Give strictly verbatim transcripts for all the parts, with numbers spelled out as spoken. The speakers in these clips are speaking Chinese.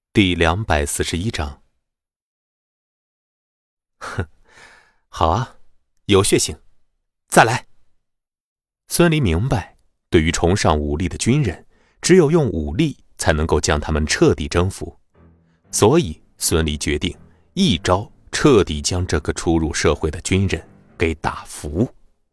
第两百四十一章。哼，好啊，有血性，再来。孙离明白，对于崇尚武力的军人，只有用武力才能够将他们彻底征服。所以孙离决定一招彻底将这个初入社会的军人给打服。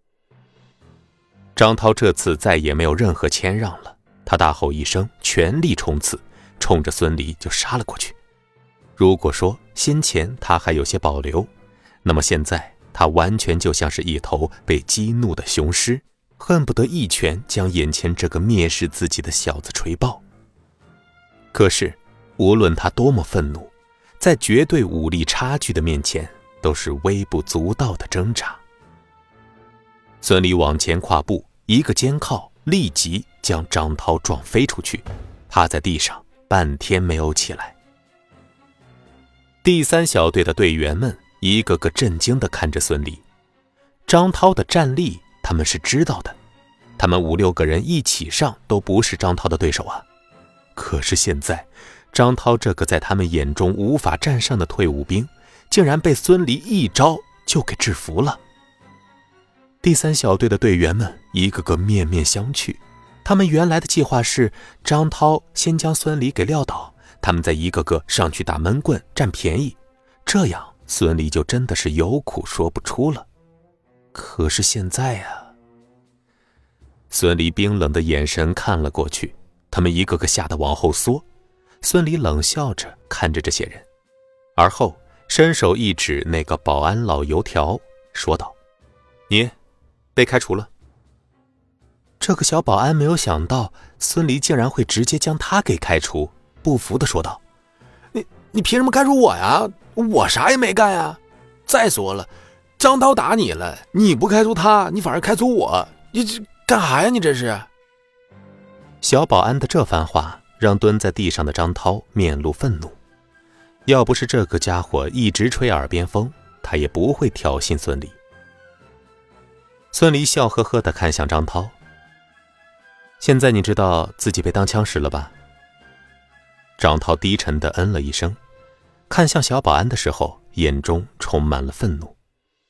张涛这次再也没有任何谦让了，他大吼一声，全力冲刺，冲着孙离就杀了过去。如果说先前他还有些保留，那么现在他完全就像是一头被激怒的雄狮，恨不得一拳将眼前这个蔑视自己的小子锤爆。可是无论他多么愤怒，在绝对武力差距的面前，都是微不足道的挣扎。孙离往前跨步，一个肩靠立即将张涛撞飞出去，趴在地上半天没有起来。第三小队的队员们一个个震惊地看着孙离。张涛的战力他们是知道的，他们五六个人一起上都不是张涛的对手啊。可是现在张涛这个在他们眼中无法战胜的退伍兵，竟然被孙离一招就给制服了。第三小队的队员们一个个面面相觑，他们原来的计划是张涛先将孙离给撂倒，他们再一个个上去打闷棍占便宜，这样孙离就真的是有苦说不出了。可是现在啊，孙离冰冷的眼神看了过去，他们一个个吓得往后缩。孙离冷笑着看着这些人，而后伸手一指那个保安老油条，说道：你被开除了。这个小保安没有想到孙离竟然会直接将他给开除，不服地说道： 你你凭什么开除我呀？我啥也没干呀！再说了，张涛打你了，你不开除他，你反而开除我，你这干啥呀？你这是。 小保安的这番话让蹲在地上的张涛面露愤怒，要不是这个家伙一直吹耳边风，他也不会挑衅孙离。孙离笑呵呵地看向张涛：现在你知道自己被当枪使了吧？张涛低沉地嗯了一声，看向小保安的时候眼中充满了愤怒。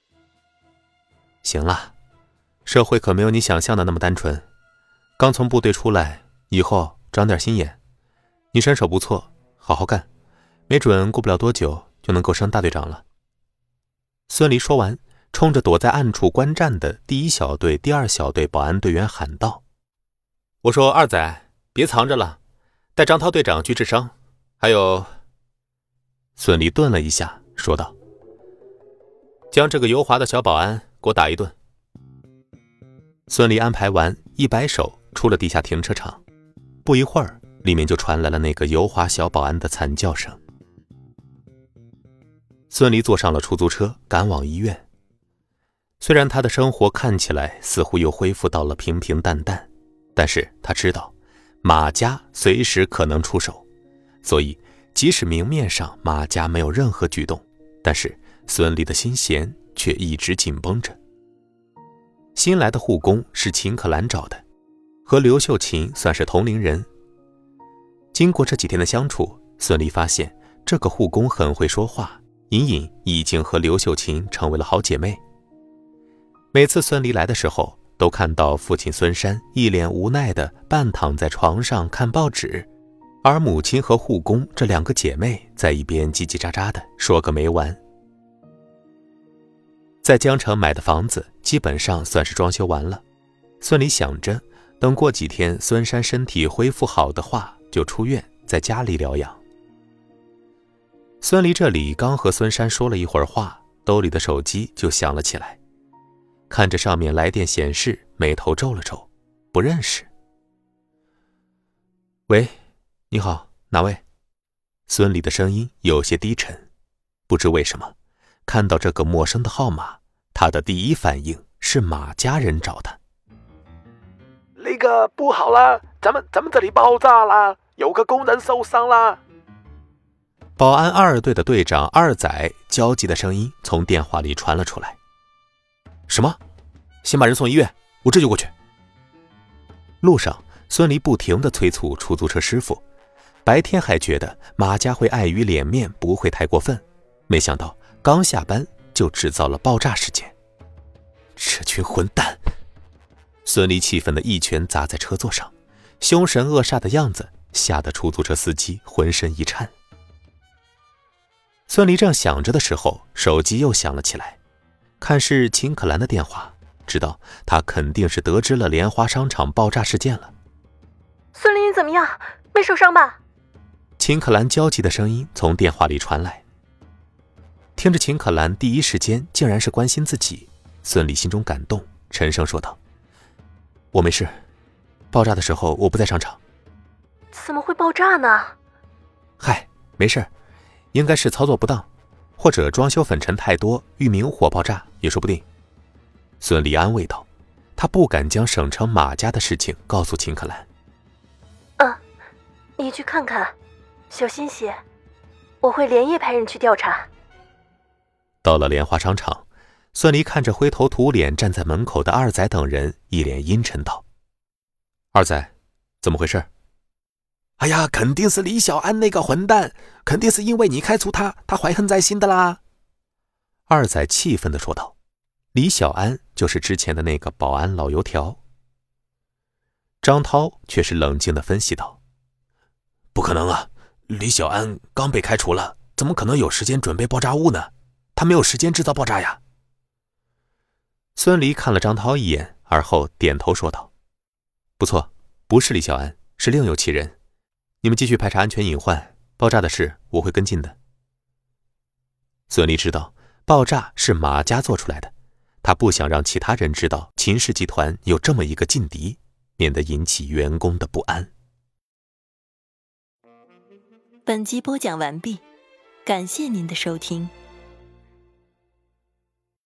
行了，社会可没有你想象的那么单纯，刚从部队出来，以后长点心眼，你身手不错，好好干，没准过不了多久就能够升大队长了。孙离说完，冲着躲在暗处观战的第一小队、第二小队保安队员喊道：我说二仔，别藏着了，带张涛队长去治伤。还有……孙离顿了一下，说道：将这个油滑的小保安给我打一顿。孙离安排完，一摆手出了地下停车场。不一会儿，里面就传来了那个油滑小保安的惨叫声。孙离坐上了出租车，赶往医院。虽然他的生活看起来似乎又恢复到了平平淡淡，但是他知道马家随时可能出手，所以即使明面上马家没有任何举动，但是孙离的心弦却一直紧绷着。新来的护工是秦可兰找的，和刘秀琴算是同龄人。经过这几天的相处，孙离发现这个护工很会说话，隐隐已经和刘秀琴成为了好姐妹。每次孙离来的时候，都看到父亲孙山一脸无奈地半躺在床上看报纸，而母亲和护工这两个姐妹在一边叽叽喳喳地说个没完。在江城买的房子基本上算是装修完了，孙离想着等过几天孙山身体恢复好的话，就出院在家里疗养。孙离这里刚和孙山说了一会儿话，兜里的手机就响了起来，看着上面来电显示，眉头皱了皱，不认识。喂，你好，哪位？孙离的声音有些低沉，不知为什么看到这个陌生的号码，他的第一反应是马家人找他。 那个不好了，咱们咱们这里爆炸了，有个工人受伤了。 保安二队的队长二仔焦急的声音从电话里传了出来。什么？先把人送医院，我这就过去。路上，孙离不停地催促出租车师傅， 白天还觉得马家会碍于脸面，不会太过分，没想到刚下班就制造了爆炸事件。这群混蛋！孙离气愤地一拳砸在车座上，凶神恶煞的样子吓得出租车司机浑身一颤。孙离正想着的时候，手机又响了起来，看是秦可兰的电话，知道他肯定是得知了莲花商场爆炸事件了。 孙离，你怎么样？没受伤吧？ 秦可兰焦急的声音从电话里传来。听着秦可兰第一时间竟然是关心自己，孙离心中感动，沉声说道：我没事，爆炸的时候我不在商场。 怎么会爆炸呢？ 嗨，没事，应该是操作不当，或者装修粉尘太多遇明火爆炸也说不定。孙离安慰道，他不敢将省城马家的事情告诉秦可兰。 嗯，你去看看，小心些，我会连夜派人去调查。 到了莲花商场，孙离看着灰头土脸站在门口的二仔等人，一脸阴沉道：二仔，怎么回事？ 哎呀，肯定是李小安那个混蛋，肯定是因为你开除他，他怀恨在心的啦。 二仔气愤地说道。李小安就是之前的那个保安老油条。张涛却是冷静地分析道： 不可能啊，李小安刚被开除了，怎么可能有时间准备爆炸物呢？他没有时间制造爆炸呀。 孙离看了张涛一眼，而后点头说道：不错，不是李小安，是另有其人，你们继续排查安全隐患，爆炸的事我会跟进的。孙离知道爆炸是马家做出来的，他不想让其他人知道秦氏集团有这么一个劲敌，免得引起员工的不安。 本集播讲完毕，感谢您的收听。